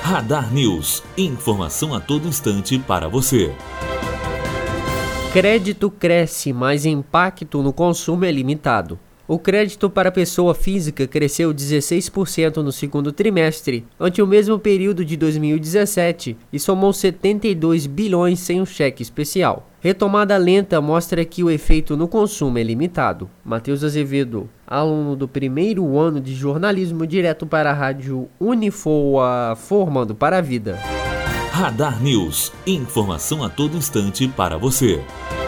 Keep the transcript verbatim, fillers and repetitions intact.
Radar News. Informação a todo instante para você. Crédito cresce, mas impacto no consumo é limitado. O crédito para pessoa física cresceu dezesseis por cento no segundo trimestre, ante o mesmo período de dois mil e dezessete, e somou setenta e dois bilhões sem o cheque especial. Retomada lenta mostra que o efeito no consumo é limitado. Matheus Azevedo, aluno do primeiro ano de jornalismo, direto para a rádio Unifoa, formando para a vida. Radar News. Informação a todo instante para você.